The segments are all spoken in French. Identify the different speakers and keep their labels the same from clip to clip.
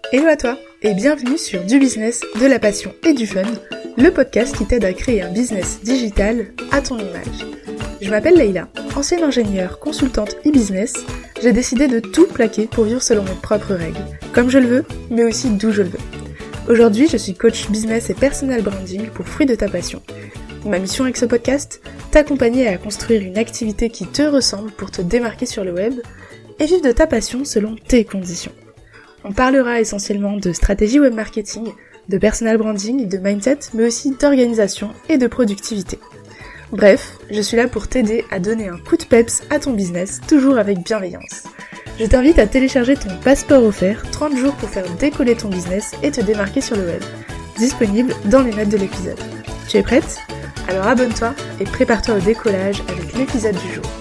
Speaker 1: Hello à toi et bienvenue sur Du business, de la passion et du fun, le podcast qui t'aide à créer un business digital à ton image. Je m'appelle Leïla, ancienne ingénieure, consultante e-business. J'ai décidé de tout plaquer pour vivre selon mes propres règles, comme je le veux, mais aussi d'où je le veux. Aujourd'hui, je suis coach business et personal branding pour Fruit de ta passion. Ma mission avec ce podcast, t'accompagner à construire une activité qui te ressemble pour te démarquer sur le web et vivre de ta passion selon tes conditions. On parlera essentiellement de stratégie web marketing, de personal branding, de mindset, mais aussi d'organisation et de productivité. Bref, je suis là pour t'aider à donner un coup de peps à ton business, toujours avec bienveillance. Je t'invite à télécharger ton passeport offert, 30 jours pour faire décoller ton business et te démarquer sur le web. Disponible dans les notes de l'épisode. Tu es prête ? Alors abonne-toi et prépare-toi au décollage avec l'épisode du jour.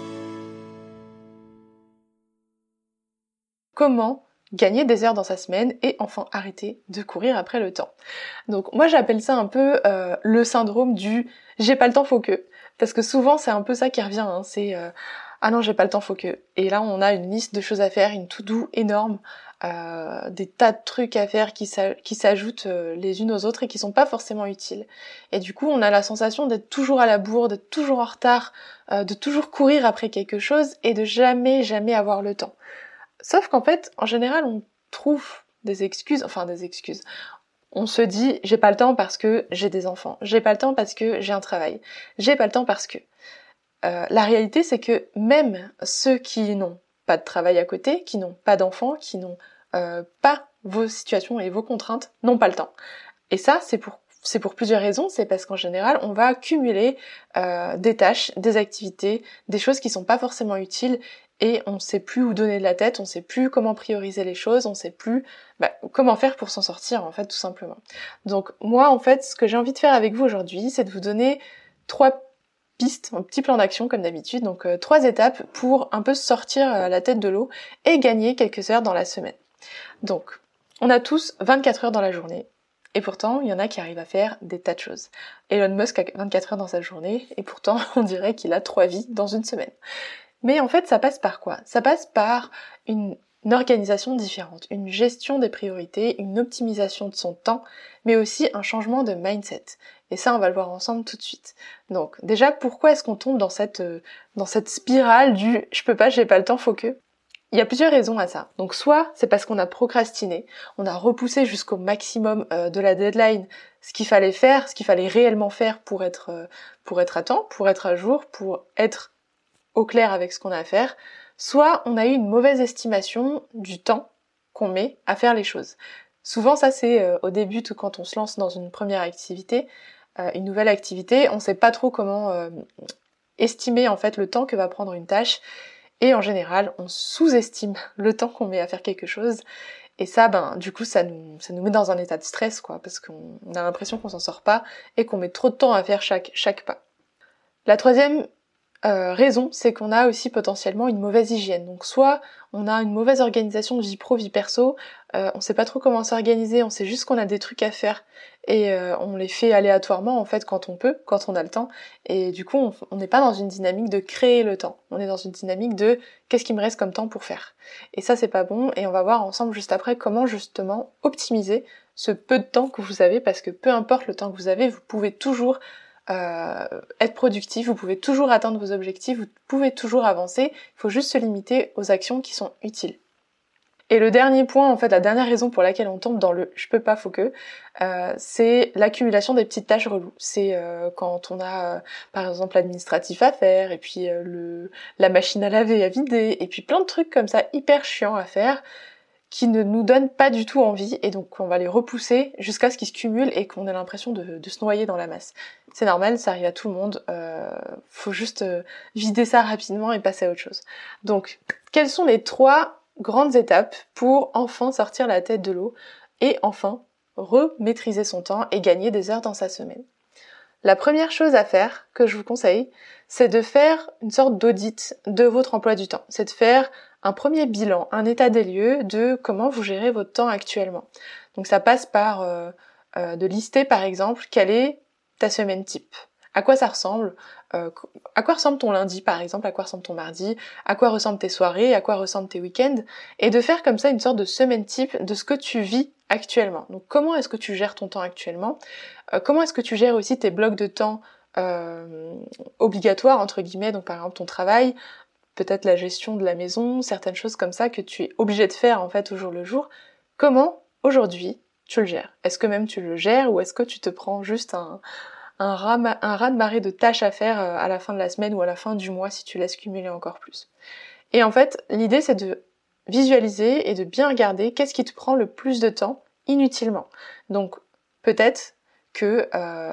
Speaker 1: Comment gagner des heures dans sa semaine et enfin arrêter de courir après le temps. Donc moi j'appelle ça un peu le syndrome du j'ai pas le temps faut que, parce que souvent c'est un peu ça qui revient, c'est ah non j'ai pas le temps faut que, et là on a une liste de choses à faire, une to-do énorme, des tas de trucs à faire qui s'ajoutent les unes aux autres et qui sont pas forcément utiles, et du coup on a la sensation d'être toujours à la bourre, d'être toujours en retard, de toujours courir après quelque chose et de jamais avoir le temps. Sauf qu'en fait, en général, on trouve des excuses. On se dit, j'ai pas le temps parce que j'ai des enfants, j'ai pas le temps parce que j'ai un travail, j'ai pas le temps parce que... la réalité, c'est que même ceux qui n'ont pas de travail à côté, qui n'ont pas d'enfants, qui n'ont pas vos situations et vos contraintes, n'ont pas le temps. Et ça, c'est pour plusieurs raisons. C'est parce qu'en général, on va cumuler des tâches, des activités, des choses qui sont pas forcément utiles, et on sait plus où donner de la tête, on sait plus comment prioriser les choses, on sait plus comment faire pour s'en sortir, en fait, tout simplement. Donc moi, en fait, ce que j'ai envie de faire avec vous aujourd'hui, c'est de vous donner 3 pistes, un petit plan d'action comme d'habitude, donc 3 étapes pour un peu sortir la tête de l'eau et gagner quelques heures dans la semaine. Donc, on a tous 24 heures dans la journée, et pourtant, il y en a qui arrivent à faire des tas de choses. Elon Musk a 24 heures dans sa journée, et pourtant, on dirait qu'il a 3 vies dans une semaine. Mais en fait, ça passe par quoi ? Ça passe par une organisation différente, une gestion des priorités, une optimisation de son temps, mais aussi un changement de mindset. Et ça, on va le voir ensemble tout de suite. Donc, déjà, pourquoi est-ce qu'on tombe dans cette spirale du « je peux pas, j'ai pas le temps, faut que ». Il y a plusieurs raisons à ça. Donc, soit c'est parce qu'on a procrastiné, on a repoussé jusqu'au maximum de la deadline ce qu'il fallait faire, ce qu'il fallait réellement faire pour être à temps, pour être à jour, pour être au clair avec ce qu'on a à faire, soit on a eu une mauvaise estimation du temps qu'on met à faire les choses. Souvent ça c'est au début, tout quand on se lance dans une première activité, une nouvelle activité, on sait pas trop comment estimer en fait le temps que va prendre une tâche, et en général on sous-estime le temps qu'on met à faire quelque chose, et ça du coup ça nous met dans un état de stress quoi, parce qu'on a l'impression qu'on s'en sort pas et qu'on met trop de temps à faire chaque pas. La troisième raison, c'est qu'on a aussi potentiellement une mauvaise hygiène. Donc soit on a une mauvaise organisation de vie pro, vie perso, on sait pas trop comment s'organiser, on sait juste qu'on a des trucs à faire et on les fait aléatoirement en fait quand on peut, quand on a le temps, et du coup on n'est pas dans une dynamique de créer le temps, on est dans une dynamique de qu'est-ce qui me reste comme temps pour faire. Et ça c'est pas bon, et on va voir ensemble juste après comment justement optimiser ce peu de temps que vous avez, parce que peu importe le temps que vous avez, vous pouvez toujours être productif, vous pouvez toujours atteindre vos objectifs, vous pouvez toujours avancer, il faut juste se limiter aux actions qui sont utiles. Et le dernier point, en fait, la dernière raison pour laquelle on tombe dans le « je peux pas, faut que », c'est l'accumulation des petites tâches reloues. C'est quand on a, par exemple, l'administratif à faire, et puis la machine à laver à vider, et puis plein de trucs comme ça, hyper chiants à faire, qui ne nous donnent pas du tout envie, et donc on va les repousser jusqu'à ce qu'ils se cumulent et qu'on ait l'impression de se noyer dans la masse. C'est normal, ça arrive à tout le monde, faut juste vider ça rapidement et passer à autre chose. Donc, quelles sont les 3 grandes étapes pour enfin sortir la tête de l'eau et enfin remaîtriser son temps et gagner des heures dans sa semaine ? La première chose à faire, que je vous conseille, c'est de faire une sorte d'audit de votre emploi du temps. C'est de faire un premier bilan, un état des lieux de comment vous gérez votre temps actuellement. Donc ça passe par de lister par exemple quelle est ta semaine type. à quoi ça ressemble, à quoi ressemble ton lundi par exemple, à quoi ressemble ton mardi, à quoi ressemblent tes soirées, à quoi ressemblent tes week-ends, et de faire comme ça une sorte de semaine type de ce que tu vis actuellement. Donc comment est-ce que tu gères ton temps actuellement, comment est-ce que tu gères aussi tes blocs de temps obligatoires entre guillemets, donc par exemple ton travail, peut-être la gestion de la maison, certaines choses comme ça que tu es obligé de faire en fait au jour le jour. Comment aujourd'hui tu le gères? Est-ce que même tu le gères ou est-ce que tu te prends juste un raz-de-marée de tâches à faire à la fin de la semaine ou à la fin du mois si tu laisses cumuler encore plus? Et en fait, l'idée c'est de visualiser et de bien regarder qu'est-ce qui te prend le plus de temps inutilement. Donc peut-être que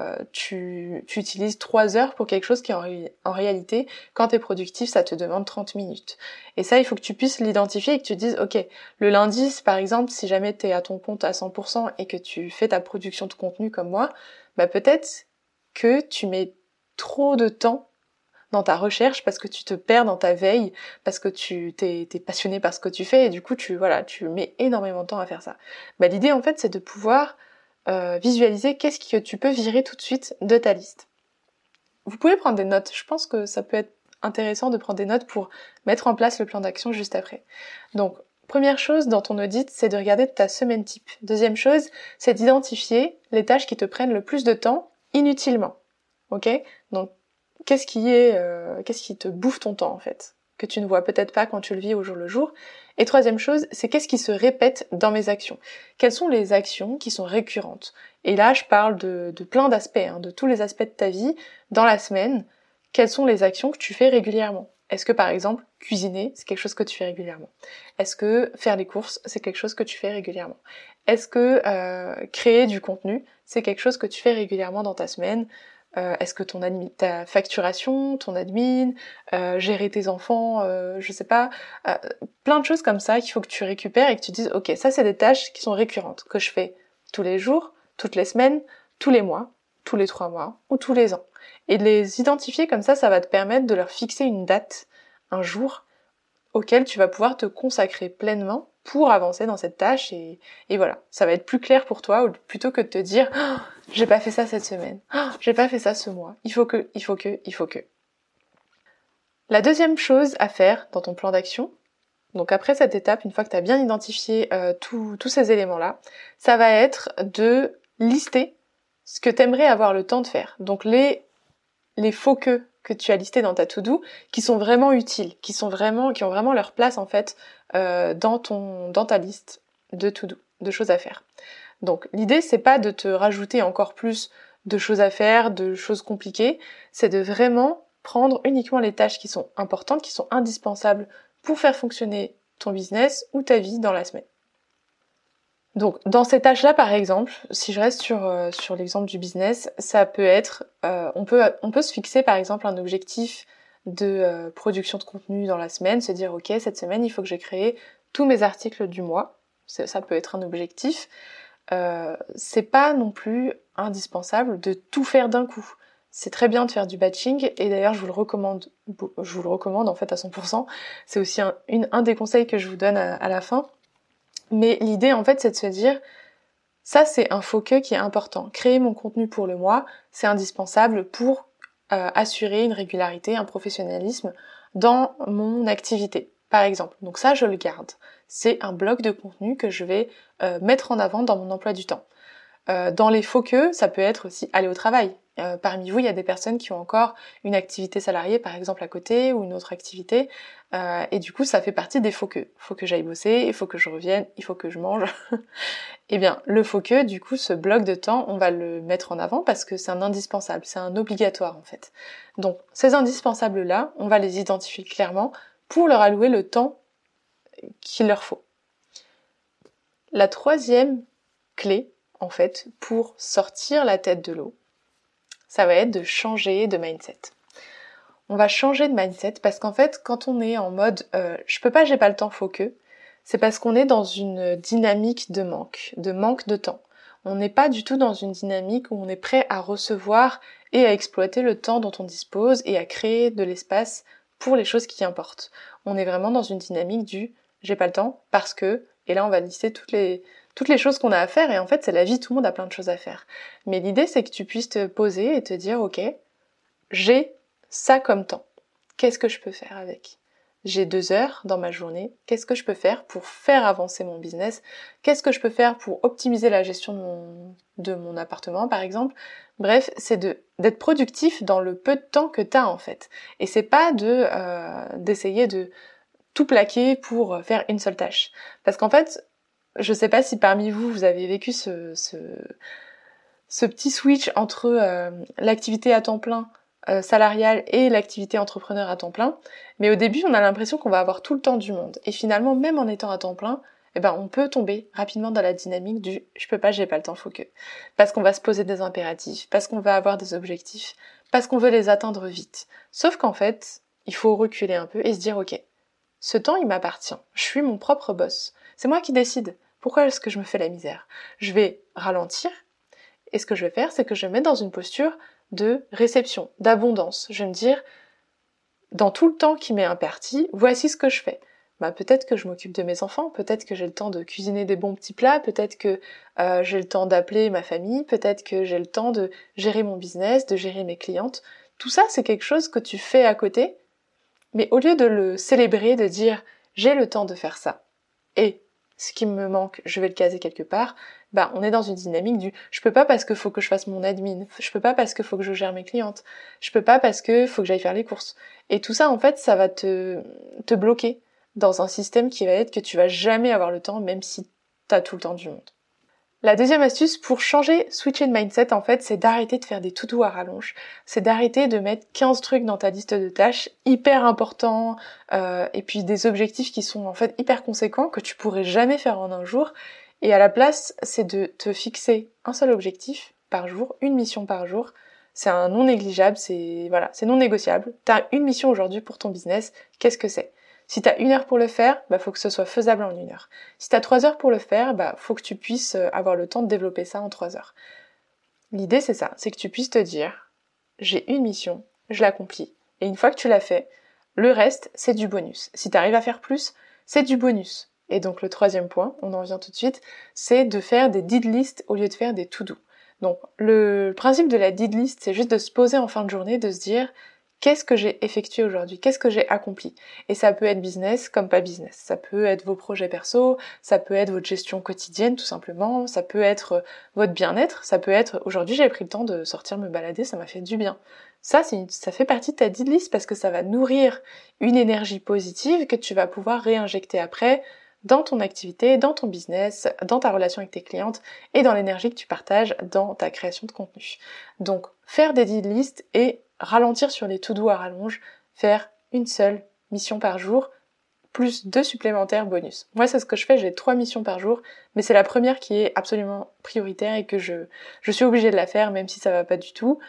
Speaker 1: tu utilises 3 heures pour quelque chose qui en réalité, quand t'es productif, ça te demande 30 minutes. Et ça, il faut que tu puisses l'identifier et que tu te dises, ok, le lundi, par exemple, si jamais t'es à ton compte à 100% et que tu fais ta production de contenu comme moi, bah peut-être que tu mets trop de temps dans ta recherche parce que tu te perds dans ta veille, parce que t'es passionné par ce que tu fais et du coup tu mets énormément de temps à faire ça. Bah l'idée en fait c'est de pouvoir visualiser qu'est-ce que tu peux virer tout de suite de ta liste. Vous pouvez prendre des notes, je pense que ça peut être intéressant de prendre des notes pour mettre en place le plan d'action juste après. Donc première chose dans ton audit, c'est de regarder ta semaine type. Deuxième chose, c'est d'identifier les tâches qui te prennent le plus de temps inutilement. Ok? Donc qu'est-ce qui te bouffe ton temps en fait, que tu ne vois peut-être pas quand tu le vis au jour le jour. Et troisième chose, c'est qu'est-ce qui se répète dans mes actions. Quelles sont les actions qui sont récurrentes? Et là, je parle de plein d'aspects, de tous les aspects de ta vie dans la semaine. Quelles sont les actions que tu fais régulièrement? Est-ce que par exemple, cuisiner, c'est quelque chose que tu fais régulièrement? Est-ce que faire les courses, c'est quelque chose que tu fais régulièrement? Est-ce que créer du contenu, c'est quelque chose que tu fais régulièrement dans ta semaine? Est-ce que ta facturation, ton admin, gérer tes enfants, je sais pas, plein de choses comme ça qu'il faut que tu récupères et que tu dises ok, ça c'est des tâches qui sont récurrentes, que je fais tous les jours, toutes les semaines, tous les mois, tous les 3 mois ou tous les ans. Et de les identifier comme ça va te permettre de leur fixer une date, un jour, auquel tu vas pouvoir te consacrer pleinement pour avancer dans cette tâche et voilà, ça va être plus clair pour toi plutôt que de te dire oh, j'ai pas fait ça cette semaine, oh, j'ai pas fait ça ce mois, il faut que. La deuxième chose à faire dans ton plan d'action, donc après cette étape, une fois que tu as bien identifié tous ces éléments-là, ça va être de lister ce que tu aimerais avoir le temps de faire. Donc les faux que tu as listés dans ta to-do qui sont vraiment utiles, qui ont vraiment leur place en fait dans ta liste de to-do, de choses à faire. Donc l'idée c'est pas de te rajouter encore plus de choses à faire, de choses compliquées, c'est de vraiment prendre uniquement les tâches qui sont importantes, qui sont indispensables pour faire fonctionner ton business ou ta vie dans la semaine. Donc dans ces tâches-là par exemple, si je reste sur l'exemple du business, ça peut être, on peut se fixer par exemple un objectif de production de contenu dans la semaine, se dire ok cette semaine il faut que j'ai créé tous mes articles du mois, ça peut être un objectif. C'est pas non plus indispensable de tout faire d'un coup. C'est très bien de faire du batching et d'ailleurs je vous le recommande en fait à 100%. C'est aussi un des conseils que je vous donne à la fin. Mais l'idée en fait c'est de se dire ça c'est un focus qui est important. Créer mon contenu pour le mois, c'est indispensable pour assurer une régularité, un professionnalisme dans mon activité, par exemple. Donc ça je le garde. C'est un bloc de contenu que je vais mettre en avant dans mon emploi du temps. Dans les focus, ça peut être aussi aller au travail. Parmi vous, il y a des personnes qui ont encore une activité salariée, par exemple à côté, ou une autre activité, et du coup, ça fait partie des focus. Il faut que j'aille bosser, il faut que je revienne, il faut que je mange. Eh bien, le focus, du coup, ce bloc de temps, on va le mettre en avant parce que c'est un indispensable, c'est un obligatoire en fait. Donc, ces indispensables-là, on va les identifier clairement pour leur allouer le temps qu'il leur faut. La troisième clé, en fait, pour sortir la tête de l'eau, ça va être de changer de mindset. On va changer de mindset parce qu'en fait, quand on est en mode j'ai pas le temps, faut que, c'est parce qu'on est dans une dynamique de manque de temps. On n'est pas du tout dans une dynamique où on est prêt à recevoir et à exploiter le temps dont on dispose et à créer de l'espace pour les choses qui importent. On est vraiment dans une dynamique du j'ai pas le temps parce que, et là on va lister toutes les choses qu'on a à faire, et en fait c'est la vie, tout le monde a plein de choses à faire. Mais l'idée c'est que tu puisses te poser et te dire ok, j'ai ça comme temps. Qu'est-ce que je peux faire avec ? J'ai 2 heures dans ma journée. Qu'est-ce que je peux faire pour faire avancer mon business ? Qu'est-ce que je peux faire pour optimiser la gestion de mon appartement, par exemple ? Bref, c'est d'être productif dans le peu de temps que t'as, en fait. Et c'est pas d'essayer de tout plaquer pour faire une seule tâche. Parce qu'en fait, je sais pas si parmi vous avez vécu ce petit switch entre l'activité à temps plein salariale et l'activité entrepreneur à temps plein, mais au début on a l'impression qu'on va avoir tout le temps du monde, et finalement même en étant à temps plein, on peut tomber rapidement dans la dynamique du je peux pas, j'ai pas le temps, faut que, parce qu'on va se poser des impératifs, parce qu'on va avoir des objectifs, parce qu'on veut les atteindre vite. Sauf qu'en fait, il faut reculer un peu et se dire ok, ce temps il m'appartient, je suis mon propre boss, c'est moi qui décide. Pourquoi est-ce que je me fais la misère ? Je vais ralentir. Et ce que je vais faire, c'est que je vais me mettre dans une posture de réception, d'abondance. Je vais me dire, dans tout le temps qui m'est imparti, voici ce que je fais. Peut-être que je m'occupe de mes enfants, peut-être que j'ai le temps de cuisiner des bons petits plats, peut-être que j'ai le temps d'appeler ma famille, peut-être que j'ai le temps de gérer mon business, de gérer mes clientes. Tout ça, c'est quelque chose que tu fais à côté, mais au lieu de le célébrer, de dire j'ai le temps de faire ça, et ce qui me manque, je vais le caser quelque part, on est dans une dynamique du je peux pas parce que faut que je fasse mon admin, je peux pas parce que faut que je gère mes clientes, je peux pas parce que faut que j'aille faire les courses. Et tout ça, en fait, ça va te bloquer dans un système qui va être que tu vas jamais avoir le temps, même si t'as tout le temps du monde. La deuxième astuce pour switcher de mindset, en fait, c'est d'arrêter de faire des to-do à rallonge. C'est d'arrêter de mettre 15 trucs dans ta liste de tâches hyper importants, et puis des objectifs qui sont en fait hyper conséquents que tu pourrais jamais faire en un jour. Et à la place, c'est de te fixer un seul objectif par jour, une mission par jour. C'est un non négligeable, c'est non négociable. T'as une mission aujourd'hui pour ton business, qu'est-ce que c'est ? Si t'as 1 heure pour le faire, faut que ce soit faisable en 1 heure. Si t'as 3 heures pour le faire, faut que tu puisses avoir le temps de développer ça en 3 heures. L'idée, c'est ça, c'est que tu puisses te dire, j'ai une mission, je l'accomplis. Et une fois que tu l'as fait, le reste, c'est du bonus. Si t'arrives à faire plus, c'est du bonus. Et donc le troisième point, on en vient tout de suite, c'est de faire des did list au lieu de faire des to-do. Donc le principe de la did list, c'est juste de se poser en fin de journée, de se dire qu'est-ce que j'ai effectué aujourd'hui, qu'est-ce que j'ai accompli. Et ça peut être business comme pas business, ça peut être vos projets perso, ça peut être votre gestion quotidienne tout simplement, ça peut être votre bien-être, ça peut être aujourd'hui j'ai pris le temps de sortir me balader, ça m'a fait du bien. Ça fait partie de ta did list parce que ça va nourrir une énergie positive que tu vas pouvoir réinjecter après dans ton activité, dans ton business, dans ta relation avec tes clientes et dans l'énergie que tu partages dans ta création de contenu. Donc faire des did lists et ralentir sur les to-do à rallonge, faire une seule mission par jour, plus 2 supplémentaires bonus. Moi c'est ce que je fais, j'ai 3 missions par jour, mais c'est la première qui est absolument prioritaire et que je suis obligée de la faire même si ça va pas du tout.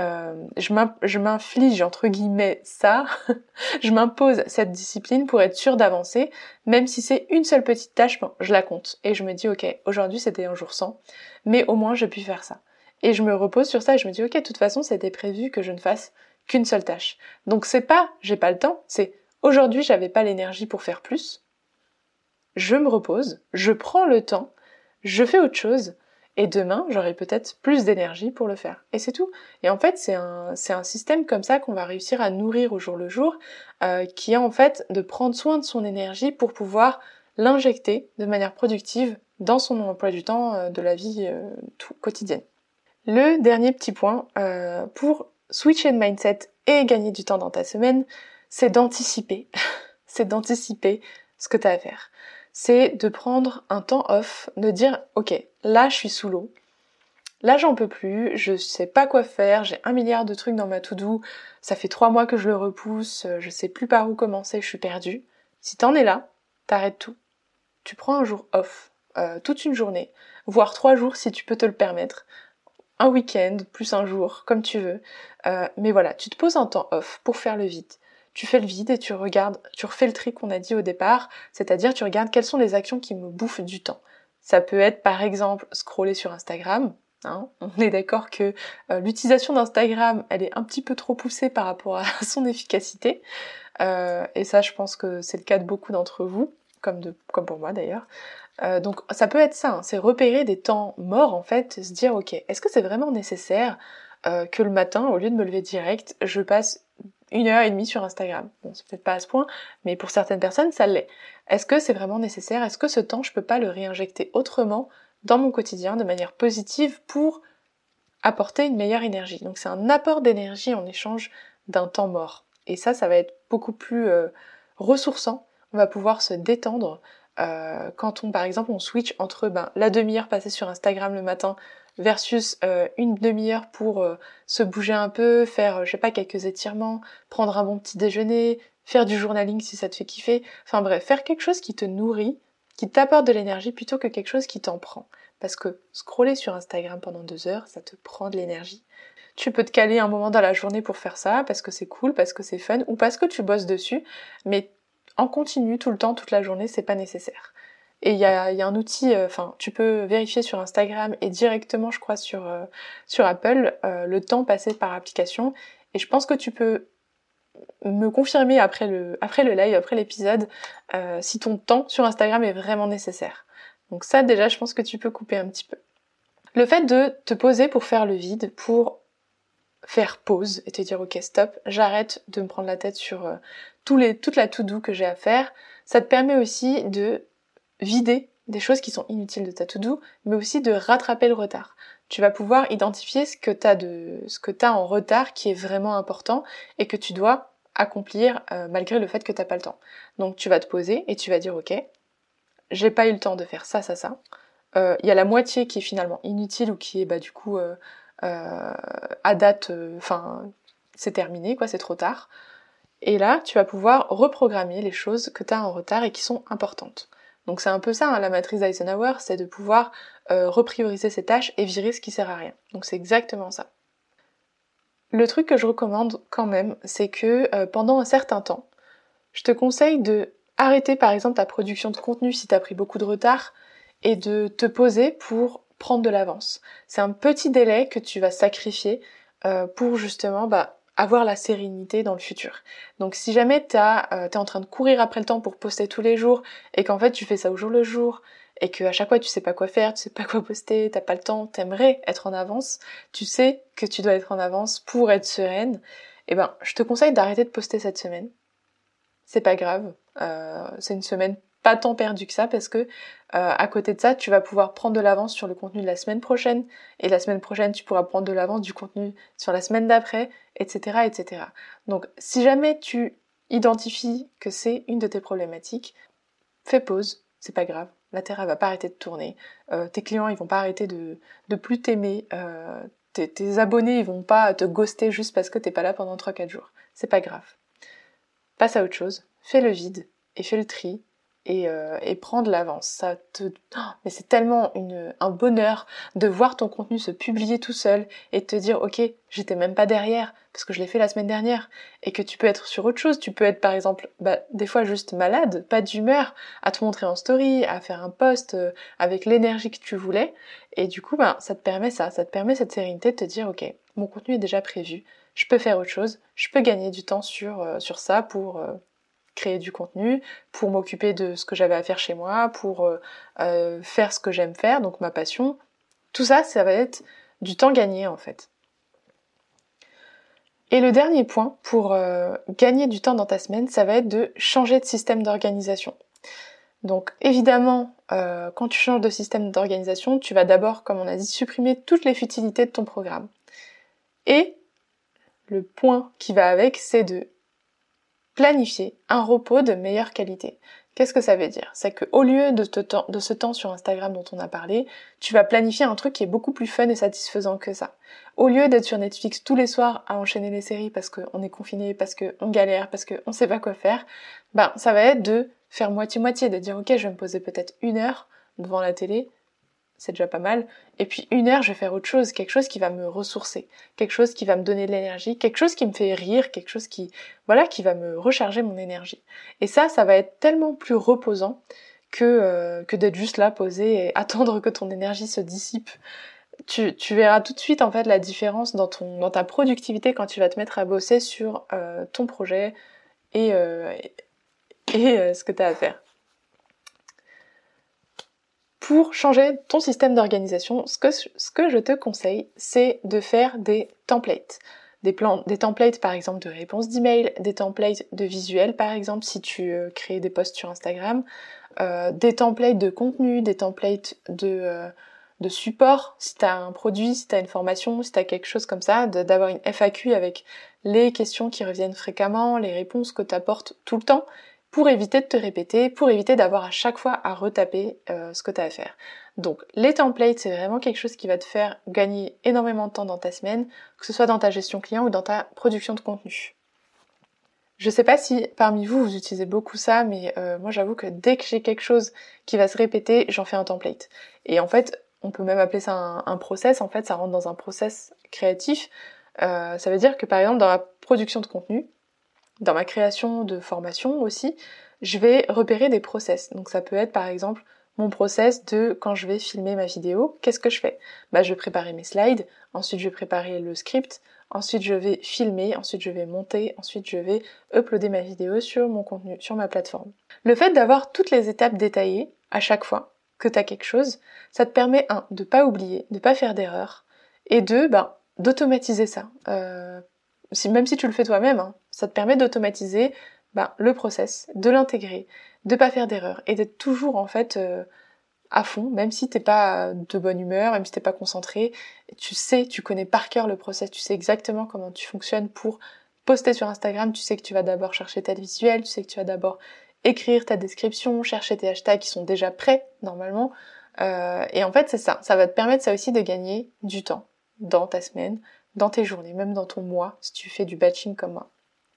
Speaker 1: Je m'inflige entre guillemets ça, je m'impose cette discipline pour être sûre d'avancer, même si c'est une seule petite tâche, je la compte et je me dis ok, aujourd'hui c'était un jour sans, mais au moins j'ai pu faire ça. Et je me repose sur ça et je me dis ok, de toute façon c'était prévu que je ne fasse qu'une seule tâche. Donc c'est pas j'ai pas le temps, c'est aujourd'hui j'avais pas l'énergie pour faire plus, je me repose, je prends le temps, je fais autre chose, et demain, j'aurai peut-être plus d'énergie pour le faire. Et c'est tout. Et en fait, c'est un système comme ça qu'on va réussir à nourrir au jour le jour, qui est en fait de prendre soin de son énergie pour pouvoir l'injecter de manière productive dans son emploi du temps de la vie quotidienne. Le dernier petit point pour switcher de mindset et gagner du temps dans ta semaine, c'est d'anticiper. C'est d'anticiper ce que tu as à faire. C'est de prendre un temps off, de dire ok, là je suis sous l'eau, là j'en peux plus, je sais pas quoi faire, j'ai 1 milliard de trucs dans ma to-do, ça fait 3 mois que je le repousse, je sais plus par où commencer, je suis perdue. Si t'en es là, t'arrêtes tout. Tu prends un jour off, toute une journée, voire 3 jours si tu peux te le permettre, un week-end, plus un jour, comme tu veux, mais voilà, tu te poses un temps off pour faire le vide. Tu fais le vide et tu regardes, tu refais le tri qu'on a dit au départ, c'est-à-dire tu regardes quelles sont les actions qui me bouffent du temps. Ça peut être par exemple scroller sur Instagram, hein. On est d'accord que l'utilisation d'Instagram, elle est un petit peu trop poussée par rapport à son efficacité, et ça je pense que c'est le cas de beaucoup d'entre vous, comme pour moi d'ailleurs. Donc ça peut être ça, hein, c'est repérer des temps morts en fait, se dire ok, est-ce que c'est vraiment nécessaire que le matin, au lieu de me lever direct, je passe 1h30 sur Instagram. Bon, c'est peut-être pas à ce point, mais pour certaines personnes, ça l'est. Est-ce que c'est vraiment nécessaire? Est-ce que ce temps, je peux pas le réinjecter autrement dans mon quotidien, de manière positive, pour apporter une meilleure énergie? Donc c'est un apport d'énergie en échange d'un temps mort. Et ça va être beaucoup plus ressourçant. On va pouvoir se détendre quand par exemple, on switch entre la demi-heure passée sur Instagram le matin versus une demi-heure pour se bouger un peu, faire, je sais pas, quelques étirements, prendre un bon petit déjeuner, faire du journaling si ça te fait kiffer. Enfin bref, faire quelque chose qui te nourrit, qui t'apporte de l'énergie plutôt que quelque chose qui t'en prend. Parce que scroller sur Instagram pendant 2 heures, ça te prend de l'énergie. Tu peux te caler un moment dans la journée pour faire ça, parce que c'est cool, parce que c'est fun, ou parce que tu bosses dessus, mais en continu, tout le temps, toute la journée, c'est pas nécessaire. Et il y a un outil, tu peux vérifier sur Instagram et directement, je crois, sur Apple, le temps passé par application, et je pense que tu peux me confirmer après le live, après l'épisode, si ton temps sur Instagram est vraiment nécessaire. Donc ça, déjà, je pense que tu peux couper un petit peu. Le fait de te poser pour faire le vide, pour faire pause et te dire ok stop, j'arrête de me prendre la tête sur toute la to-do que j'ai à faire, ça te permet aussi de vider des choses qui sont inutiles de ta to-do, mais aussi de rattraper le retard. Tu vas pouvoir identifier ce que t'as en retard qui est vraiment important et que tu dois accomplir malgré le fait que t'as pas le temps. Donc tu vas te poser et tu vas dire ok, j'ai pas eu le temps de faire ça. Il y a la moitié qui est finalement inutile ou qui est du coup à date, c'est terminé, quoi, c'est trop tard. Et là, tu vas pouvoir reprogrammer les choses que tu as en retard et qui sont importantes. Donc c'est un peu ça, la matrice d'Eisenhower, c'est de pouvoir reprioriser ses tâches et virer ce qui sert à rien. Donc c'est exactement ça. Le truc que je recommande quand même, c'est que pendant un certain temps, je te conseille de arrêter par exemple ta production de contenu si tu as pris beaucoup de retard et de te poser pour prendre de l'avance. C'est un petit délai que tu vas sacrifier pour justement avoir la sérénité dans le futur. Donc si jamais t'es en train de courir après le temps pour poster tous les jours et qu'en fait tu fais ça au jour le jour et qu'à chaque fois tu sais pas quoi faire, tu sais pas quoi poster, t'as pas le temps, t'aimerais être en avance, tu sais que tu dois être en avance pour être sereine, je te conseille d'arrêter de poster cette semaine. C'est pas grave, c'est une semaine pas tant perdue que ça parce que à côté de ça, tu vas pouvoir prendre de l'avance sur le contenu de la semaine prochaine et la semaine prochaine, tu pourras prendre de l'avance du contenu sur la semaine d'après, etc., etc. Donc, si jamais tu identifies que c'est une de tes problématiques, fais pause, c'est pas grave. La Terre, elle va pas arrêter de tourner. Tes clients, ils vont pas arrêter de plus t'aimer. Tes abonnés, ils vont pas te ghoster juste parce que t'es pas là pendant 3-4 jours. C'est pas grave. Passe à autre chose, fais le vide et fais le tri et prends de l'avance. Mais c'est tellement un bonheur de voir ton contenu se publier tout seul et de te dire ok, j'étais même pas derrière parce que je l'ai fait la semaine dernière et que tu peux être sur autre chose. Tu peux être par exemple des fois juste malade, pas d'humeur, à te montrer en story, à faire un post avec l'énergie que tu voulais et du coup ça te permet cette sérénité de te dire ok, mon contenu est déjà prévu. Je peux faire autre chose, je peux gagner du temps sur ça pour créer du contenu, pour m'occuper de ce que j'avais à faire chez moi, pour faire ce que j'aime faire, donc ma passion. Tout ça, ça va être du temps gagné en fait. Et le dernier point pour gagner du temps dans ta semaine, ça va être de changer de système d'organisation. Donc évidemment, quand tu changes de système d'organisation, tu vas d'abord, comme on a dit, supprimer toutes les futilités de ton programme. Et le point qui va avec, c'est de planifier un repos de meilleure qualité. Qu'est-ce que ça veut dire? C'est qu'au lieu de ce temps sur Instagram dont on a parlé, tu vas planifier un truc qui est beaucoup plus fun et satisfaisant que ça. Au lieu d'être sur Netflix tous les soirs à enchaîner les séries parce qu'on est confiné, parce qu'on galère, parce qu'on sait pas quoi faire, ça va être de faire moitié-moitié, de dire ok, je vais me poser peut-être 1 heure devant la télé, c'est déjà pas mal. Et puis 1 heure, je vais faire autre chose, quelque chose qui va me ressourcer, quelque chose qui va me donner de l'énergie, quelque chose qui me fait rire, quelque chose qui va me recharger mon énergie. Et ça va être tellement plus reposant que d'être juste là, posé et attendre que ton énergie se dissipe. Tu verras tout de suite en fait la différence dans ta productivité quand tu vas te mettre à bosser sur ton projet et ce que tu as à faire. Pour changer ton système d'organisation, ce que je te conseille, c'est de faire des templates. Des templates par exemple de réponses d'email, des templates de visuels par exemple si tu crées des posts sur Instagram, des templates de contenu, des templates de support, si tu as un produit, si tu as une formation, si tu as quelque chose comme ça, d'avoir une FAQ avec les questions qui reviennent fréquemment, les réponses que tu apportes tout le temps, pour éviter de te répéter, pour éviter d'avoir à chaque fois à retaper ce que tu as à faire. Donc les templates, c'est vraiment quelque chose qui va te faire gagner énormément de temps dans ta semaine, que ce soit dans ta gestion client ou dans ta production de contenu. Je sais pas si parmi vous, vous utilisez beaucoup ça, mais moi j'avoue que dès que j'ai quelque chose qui va se répéter, j'en fais un template. Et en fait, on peut même appeler ça un process, en fait ça rentre dans un process créatif. Ça veut dire que par exemple dans la production de contenu, dans ma création de formation aussi, je vais repérer des process. Donc ça peut être par exemple mon process de quand je vais filmer ma vidéo, qu'est-ce que je fais ? Je vais préparer mes slides, ensuite je vais préparer le script, ensuite je vais filmer, ensuite je vais monter, ensuite je vais uploader ma vidéo sur mon contenu, sur ma plateforme. Le fait d'avoir toutes les étapes détaillées à chaque fois que tu as quelque chose, ça te permet de pas oublier, de pas faire d'erreurs, et d'automatiser ça. Même si tu le fais toi-même, ça te permet d'automatiser le process, de l'intégrer, de pas faire d'erreur et d'être toujours en fait à fond, même si t'es pas de bonne humeur, même si t'es pas concentré, tu connais par cœur le process, tu sais exactement comment tu fonctionnes pour poster sur Instagram, tu sais que tu vas d'abord chercher tes visuels, tu sais que tu vas d'abord écrire ta description, chercher tes hashtags qui sont déjà prêts normalement, et en fait c'est ça va te permettre ça aussi de gagner du temps dans ta semaine, dans tes journées, même dans ton mois, si tu fais du batching comme moi.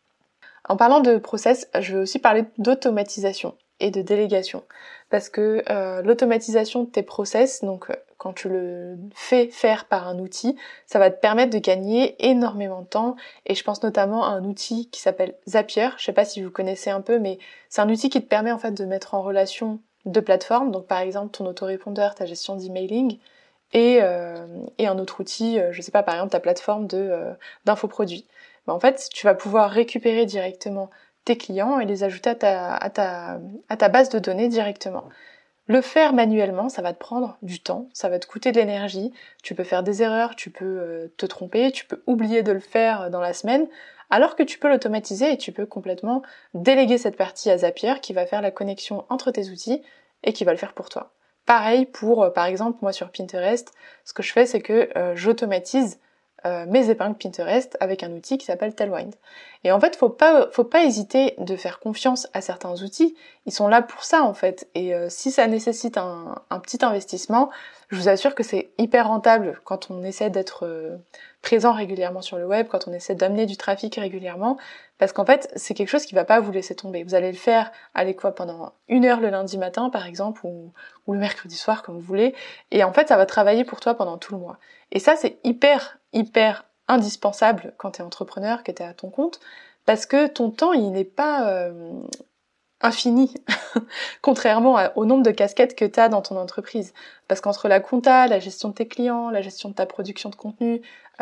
Speaker 1: En parlant de process, je veux aussi parler d'automatisation et de délégation. Parce que l'automatisation de tes process, donc quand tu le fais faire par un outil, ça va te permettre de gagner énormément de temps. Et je pense notamment à un outil qui s'appelle Zapier. Je sais pas si vous connaissez un peu, mais c'est un outil qui te permet en fait de mettre en relation deux plateformes. Donc par exemple ton autorépondeur, ta gestion d'emailing, et un autre outil, je sais pas, par exemple ta plateforme d'infoproduits. En fait, tu vas pouvoir récupérer directement tes clients et les ajouter à ta base de données directement. Le faire manuellement, ça va te prendre du temps, ça va te coûter de l'énergie, tu peux faire des erreurs, tu peux te tromper, tu peux oublier de le faire dans la semaine, alors que tu peux l'automatiser et tu peux complètement déléguer cette partie à Zapier qui va faire la connexion entre tes outils et qui va le faire pour toi. Pareil pour, par exemple, moi sur Pinterest, ce que je fais, c'est que j'automatise mes épingles Pinterest avec un outil qui s'appelle Tailwind. Et en fait, faut pas hésiter de faire confiance à certains outils. Ils sont là pour ça, en fait. Et si ça nécessite un petit investissement, je vous assure que c'est hyper rentable quand on essaie d'être présent régulièrement sur le web, quand on essaie d'amener du trafic régulièrement, parce qu'en fait, c'est quelque chose qui va pas vous laisser tomber. Vous allez le faire, pendant 1 heure le lundi matin, par exemple, ou le mercredi soir, comme vous voulez, et en fait, ça va travailler pour toi pendant tout le mois. Et ça, c'est hyper indispensable quand t'es entrepreneur, que t'es à ton compte, parce que ton temps, il n'est pas infini, contrairement au nombre de casquettes que t'as dans ton entreprise. Parce qu'entre la compta, la gestion de tes clients, la gestion de ta production de contenu,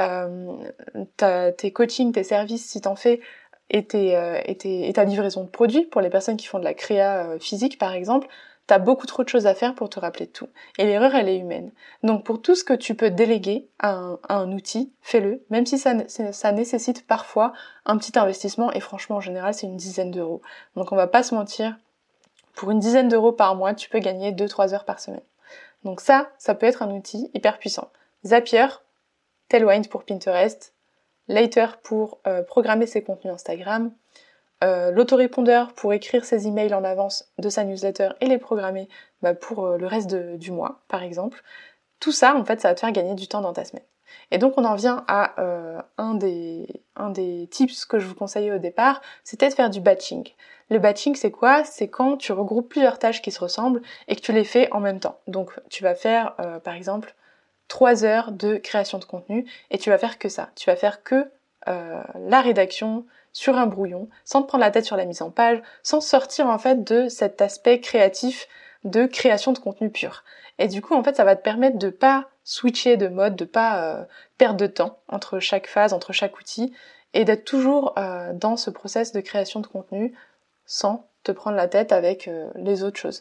Speaker 1: tes coachings, tes services, si t'en fais, et ta livraison de produits, pour les personnes qui font de la créa physique par exemple, t'as beaucoup trop de choses à faire pour te rappeler de tout. Et l'erreur, elle est humaine. Donc pour tout ce que tu peux déléguer à un outil, fais-le, même si ça nécessite parfois un petit investissement, et franchement en général c'est une dizaine d'euros. Donc on va pas se mentir, pour une dizaine d'euros par mois, tu peux gagner 2-3 heures par semaine. Donc ça peut être un outil hyper puissant. Zapier, Tailwind pour Pinterest, Later pour programmer ses contenus Instagram, l'autorépondeur pour écrire ses emails en avance de sa newsletter et les programmer pour le reste du mois, par exemple. Tout ça, en fait, ça va te faire gagner du temps dans ta semaine. Et donc on en vient à un des tips que je vous conseillais au départ, c'était de faire du batching. Le batching, c'est quoi ? C'est quand tu regroupes plusieurs tâches qui se ressemblent et que tu les fais en même temps. Donc tu vas faire, par exemple, 3 heures de création de contenu et tu vas faire que ça. Tu vas faire que la rédaction sur un brouillon, sans te prendre la tête sur la mise en page, sans sortir en fait de cet aspect créatif de création de contenu pur. Et du coup, en fait, ça va te permettre de pas switcher de mode, de pas perdre de temps entre chaque phase, entre chaque outil, et d'être toujours dans ce process de création de contenu sans te prendre la tête avec les autres choses.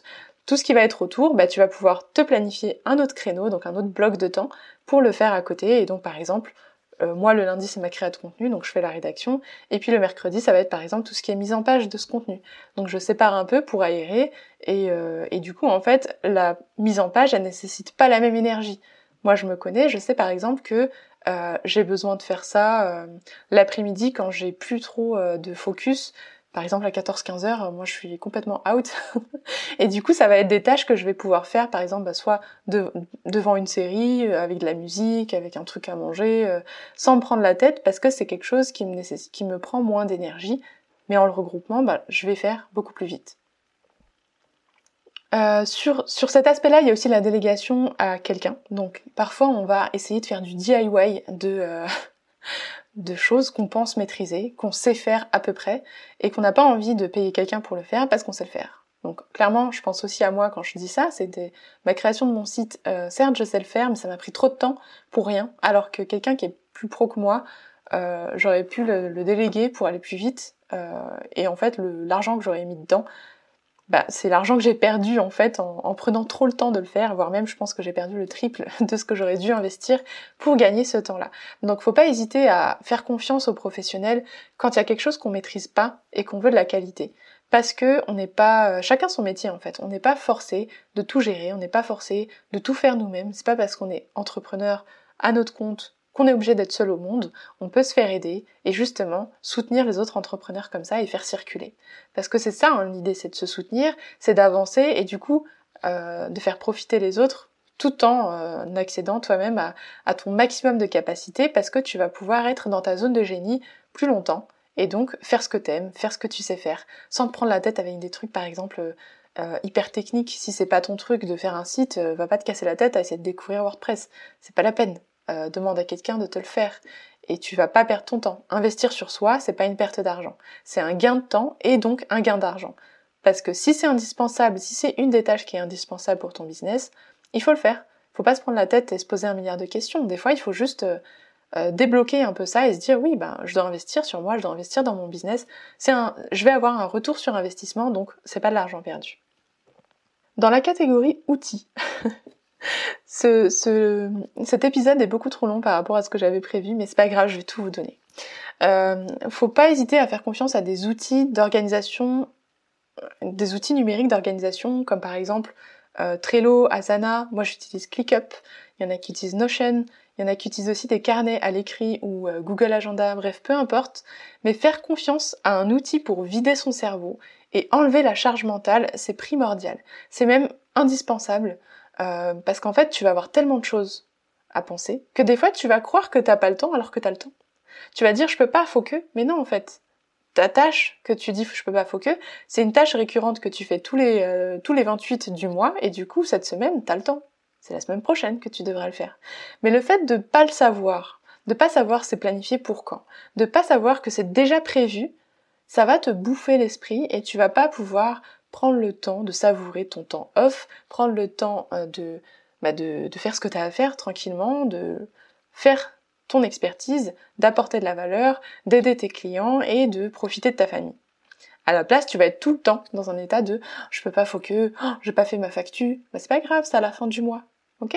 Speaker 1: tout ce qui va être autour, bah, tu vas pouvoir te planifier un autre créneau, donc un autre bloc de temps pour le faire à côté. Et donc par exemple, moi le lundi c'est ma créa de contenu, donc je fais la rédaction, et puis le mercredi ça va être par exemple tout ce qui est mise en page de ce contenu. Donc je sépare un peu pour aérer, et du coup en fait la mise en page elle nécessite pas la même énergie. Moi je me connais, je sais par exemple que j'ai besoin de faire ça l'après-midi quand j'ai plus trop de focus. Par exemple à 14-15 heures, moi je suis complètement out. Et du coup ça va être des tâches que je vais pouvoir faire par exemple soit devant une série, avec de la musique, avec un truc à manger, sans me prendre la tête parce que c'est quelque chose qui me prend moins d'énergie. Mais en le regroupement, je vais faire beaucoup plus vite. Sur cet aspect-là, il y a aussi la délégation à quelqu'un. Donc parfois on va essayer de faire du DIY de choses qu'on pense maîtriser, qu'on sait faire à peu près, et qu'on n'a pas envie de payer quelqu'un pour le faire parce qu'on sait le faire. Donc clairement, je pense aussi à moi quand je dis ça, c'était ma création de mon site, certes je sais le faire, mais ça m'a pris trop de temps pour rien, alors que quelqu'un qui est plus pro que moi, j'aurais pu le déléguer pour aller plus vite, et en fait l'argent que j'aurais mis dedans, c'est l'argent que j'ai perdu en fait en prenant trop le temps de le faire, voire même je pense que j'ai perdu le triple de ce que j'aurais dû investir pour gagner ce temps-là. Donc faut pas hésiter à faire confiance aux professionnels quand il y a quelque chose qu'on maîtrise pas et qu'on veut de la qualité. Parce que on n'est pas, chacun son métier en fait, on n'est pas forcé de tout gérer, on n'est pas forcé de tout faire nous-mêmes, c'est pas parce qu'on est entrepreneur à notre compte qu'on est obligé d'être seul au monde, on peut se faire aider et justement soutenir les autres entrepreneurs comme ça et faire circuler. Parce que c'est ça hein, l'idée, c'est de se soutenir, c'est d'avancer et du coup de faire profiter les autres tout en accédant toi-même à ton maximum de capacité parce que tu vas pouvoir être dans ta zone de génie plus longtemps et donc faire ce que t'aimes, faire ce que tu sais faire, sans te prendre la tête avec des trucs par exemple hyper techniques. Si c'est pas ton truc de faire un site, va pas te casser la tête à essayer de découvrir WordPress, c'est pas la peine. Demande à quelqu'un de te le faire et tu vas pas perdre ton temps. Investir sur soi, c'est pas une perte d'argent, c'est un gain de temps et donc un gain d'argent. Parce que si c'est indispensable, si c'est une des tâches qui est indispensable pour ton business, il faut le faire. Faut pas se prendre la tête et se poser un milliard de questions. Des fois, il faut juste débloquer un peu ça et se dire oui, je dois investir sur moi, je dois investir dans mon business. Je vais avoir un retour sur investissement, donc c'est pas de l'argent perdu. Dans la catégorie outils, cet épisode est beaucoup trop long par rapport à ce que j'avais prévu, mais c'est pas grave, je vais tout vous donner. Faut pas hésiter à faire confiance à des outils d'organisation, des outils numériques d'organisation, comme par exemple Trello, Asana, moi j'utilise ClickUp, il y en a qui utilisent Notion, il y en a qui utilisent aussi des carnets à l'écrit ou Google Agenda, bref, peu importe, mais faire confiance à un outil pour vider son cerveau et enlever la charge mentale, c'est primordial. C'est même indispensable. Parce qu'en fait, tu vas avoir tellement de choses à penser que des fois, tu vas croire que t'as pas le temps alors que t'as le temps. Tu vas dire je peux pas, faut que, mais non en fait. Ta tâche que tu dis je peux pas, faut que, c'est une tâche récurrente que tu fais tous les 28 du mois et du coup cette semaine t'as le temps. C'est la semaine prochaine que tu devras le faire. Mais le fait de pas le savoir, de pas savoir c'est planifié pour quand, de pas savoir que c'est déjà prévu, ça va te bouffer l'esprit et tu vas pas pouvoir prendre le temps de savourer ton temps off, prendre le temps de faire ce que tu as à faire tranquillement, de faire ton expertise, d'apporter de la valeur, d'aider tes clients et de profiter de ta famille. À la place, tu vas être tout le temps dans un état de je peux pas, faut que, j'ai pas fait ma facture, c'est pas grave, c'est à la fin du mois, ok?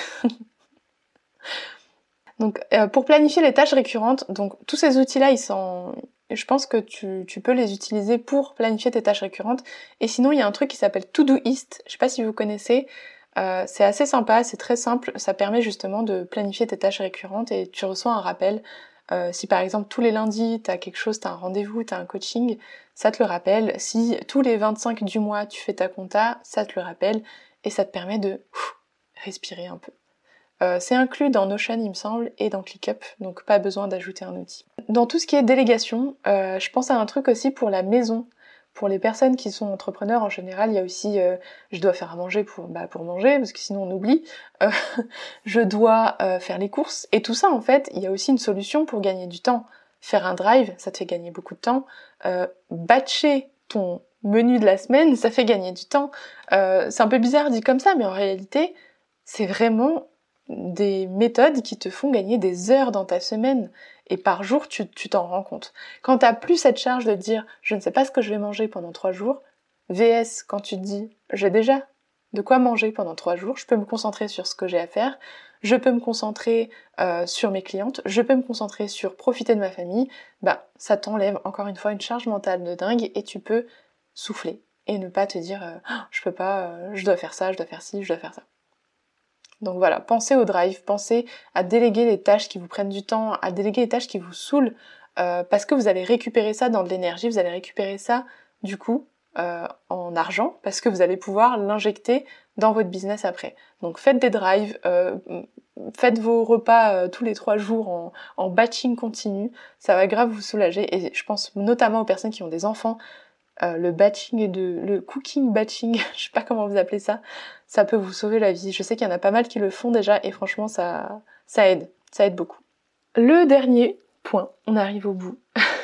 Speaker 1: Donc pour planifier les tâches récurrentes, donc tous ces outils-là, je pense que tu peux les utiliser pour planifier tes tâches récurrentes. Et sinon, il y a un truc qui s'appelle Todoist. Je sais pas si vous connaissez. C'est assez sympa, c'est très simple. Ça permet justement de planifier tes tâches récurrentes et tu reçois un rappel. Si par exemple tous les lundis t'as quelque chose, t'as un rendez-vous, t'as un coaching, ça te le rappelle. Si tous les 25 du mois tu fais ta compta, ça te le rappelle et ça te permet de respirer un peu. C'est inclus dans Notion il me semble et dans ClickUp, donc pas besoin d'ajouter un outil. Dans tout ce qui est délégation, je pense à un truc aussi pour la maison. Pour les personnes qui sont entrepreneurs en général, il y a aussi je dois faire à manger pour manger parce que sinon on oublie. Je dois faire les courses et tout ça en fait, il y a aussi une solution pour gagner du temps. Faire un drive, ça te fait gagner beaucoup de temps. Batcher ton menu de la semaine, ça fait gagner du temps. C'est un peu bizarre dit comme ça, mais en réalité, c'est vraiment des méthodes qui te font gagner des heures dans ta semaine et par jour tu t'en rends compte. Quand t'as plus cette charge de te dire je ne sais pas ce que je vais manger pendant 3 jours, VS quand tu te dis j'ai déjà de quoi manger pendant 3 jours, je peux me concentrer sur ce que j'ai à faire, je peux me concentrer sur mes clientes, je peux me concentrer sur profiter de ma famille, ça t'enlève encore une fois une charge mentale de dingue et tu peux souffler et ne pas te dire je peux pas, je dois faire ça, je dois faire ci, je dois faire ça. Donc voilà, pensez au drive, pensez à déléguer les tâches qui vous prennent du temps, à déléguer les tâches qui vous saoulent, parce que vous allez récupérer ça dans de l'énergie, vous allez récupérer ça du coup en argent, parce que vous allez pouvoir l'injecter dans votre business après. Donc faites des drives, faites vos repas tous les 3 jours en batching continu, ça va grave vous soulager, et je pense notamment aux personnes qui ont des enfants, le batching le cooking batching, je sais pas comment vous appelez ça, ça peut vous sauver la vie. Je sais qu'il y en a pas mal qui le font déjà et franchement ça aide beaucoup. Le dernier point, on arrive au bout,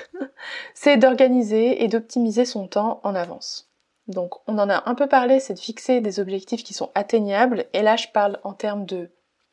Speaker 1: c'est d'organiser et d'optimiser son temps en avance. Donc on en a un peu parlé, c'est de fixer des objectifs qui sont atteignables, et là je parle en termes de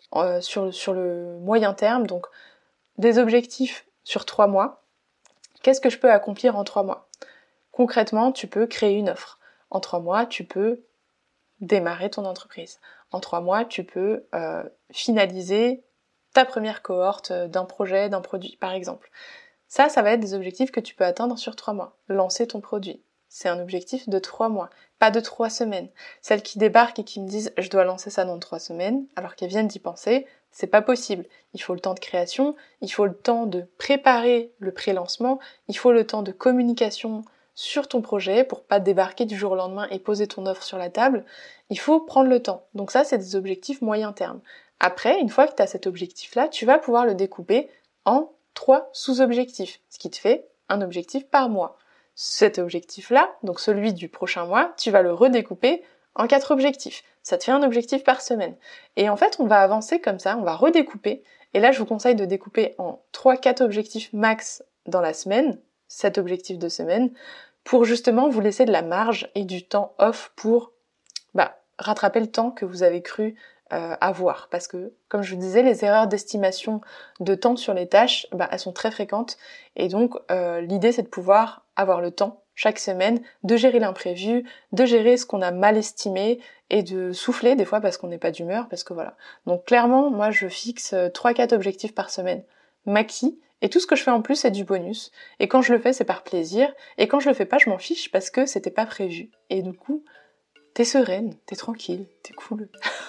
Speaker 1: sur le moyen terme, donc des objectifs sur 3 mois. Qu'est-ce que je peux accomplir en 3 mois ? Concrètement, tu peux créer une offre. En 3 mois, tu peux démarrer ton entreprise. En 3 mois, tu peux finaliser ta première cohorte d'un projet, d'un produit, par exemple. Ça va être des objectifs que tu peux atteindre sur 3 mois. Lancer ton produit. C'est un objectif de 3 mois, pas de 3 semaines. Celles qui débarquent et qui me disent « je dois lancer ça dans 3 semaines », alors qu'elles viennent d'y penser, c'est pas possible. Il faut le temps de création, il faut le temps de préparer le pré-lancement, il faut le temps de communication sur ton projet pour pas débarquer du jour au lendemain et poser ton offre sur la table. Il faut prendre le temps. Donc ça, c'est des objectifs moyen terme. Après, une fois que tu as cet objectif-là, tu vas pouvoir le découper en 3 sous-objectifs, ce qui te fait un objectif par mois. Cet objectif-là, donc celui du prochain mois, tu vas le redécouper en 4 objectifs. Ça te fait un objectif par semaine. Et en fait, on va avancer comme ça, on va redécouper. Et là, je vous conseille de découper en 3-4 objectifs max dans la semaine, 7 objectifs de semaine, pour justement vous laisser de la marge et du temps off pour rattraper le temps que vous avez cru avoir. Parce que, comme je vous disais, les erreurs d'estimation de temps sur les tâches, elles sont très fréquentes. Et donc, l'idée, c'est de pouvoir avoir le temps, chaque semaine, de gérer l'imprévu, de gérer ce qu'on a mal estimé et de souffler des fois parce qu'on n'est pas d'humeur, parce que voilà. Donc clairement, moi, je fixe 3-4 objectifs par semaine, maxi. Et tout ce que je fais en plus, c'est du bonus. Et quand je le fais, c'est par plaisir. Et quand je le fais pas, je m'en fiche parce que c'était pas prévu. Et du coup, t'es sereine, t'es tranquille, t'es cool.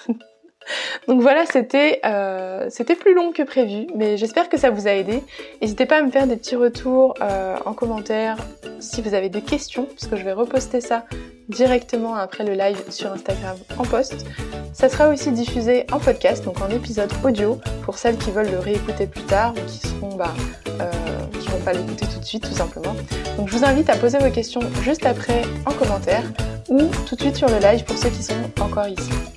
Speaker 1: Donc voilà, c'était plus long que prévu, mais j'espère que ça vous a aidé. N'hésitez pas à me faire des petits retours en commentaire si vous avez des questions, parce que je vais reposter ça directement après le live sur Instagram en post. Ça sera aussi diffusé en podcast, donc en épisode audio, pour celles qui veulent le réécouter plus tard ou qui seront qui vont pas l'écouter tout de suite tout simplement. Donc je vous invite à poser vos questions juste après en commentaire ou tout de suite sur le live pour ceux qui sont encore ici.